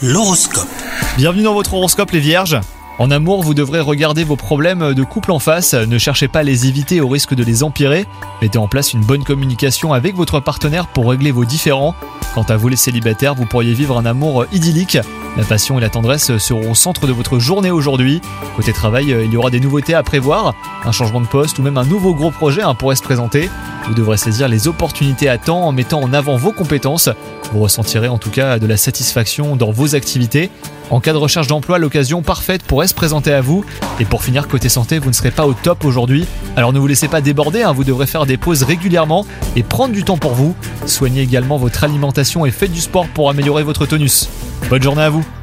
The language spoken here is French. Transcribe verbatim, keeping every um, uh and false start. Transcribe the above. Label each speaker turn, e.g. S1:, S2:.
S1: L'horoscope.
S2: Bienvenue dans votre horoscope les vierges. En amour, vous devrez regarder vos problèmes de couple en face, ne cherchez pas à les éviter au risque de les empirer. Mettez en place une bonne communication avec votre partenaire pour régler vos différends. Quant à vous les célibataires, vous pourriez vivre un amour idyllique. La passion et la tendresse seront au centre de votre journée aujourd'hui. Côté travail, il y aura des nouveautés à prévoir, un changement de poste ou même un nouveau gros projet hein, pourrait se présenter. Vous devrez saisir les opportunités à temps en mettant en avant vos compétences. Vous ressentirez en tout cas de la satisfaction dans vos activités. En cas de recherche d'emploi, l'occasion parfaite pourrait se présenter à vous. Et pour finir, côté santé, vous ne serez pas au top aujourd'hui. Alors ne vous laissez pas déborder, hein, vous devrez faire des pauses régulièrement et prendre du temps pour vous. Soignez également votre alimentation et faites du sport pour améliorer votre tonus. Bonne journée à vous.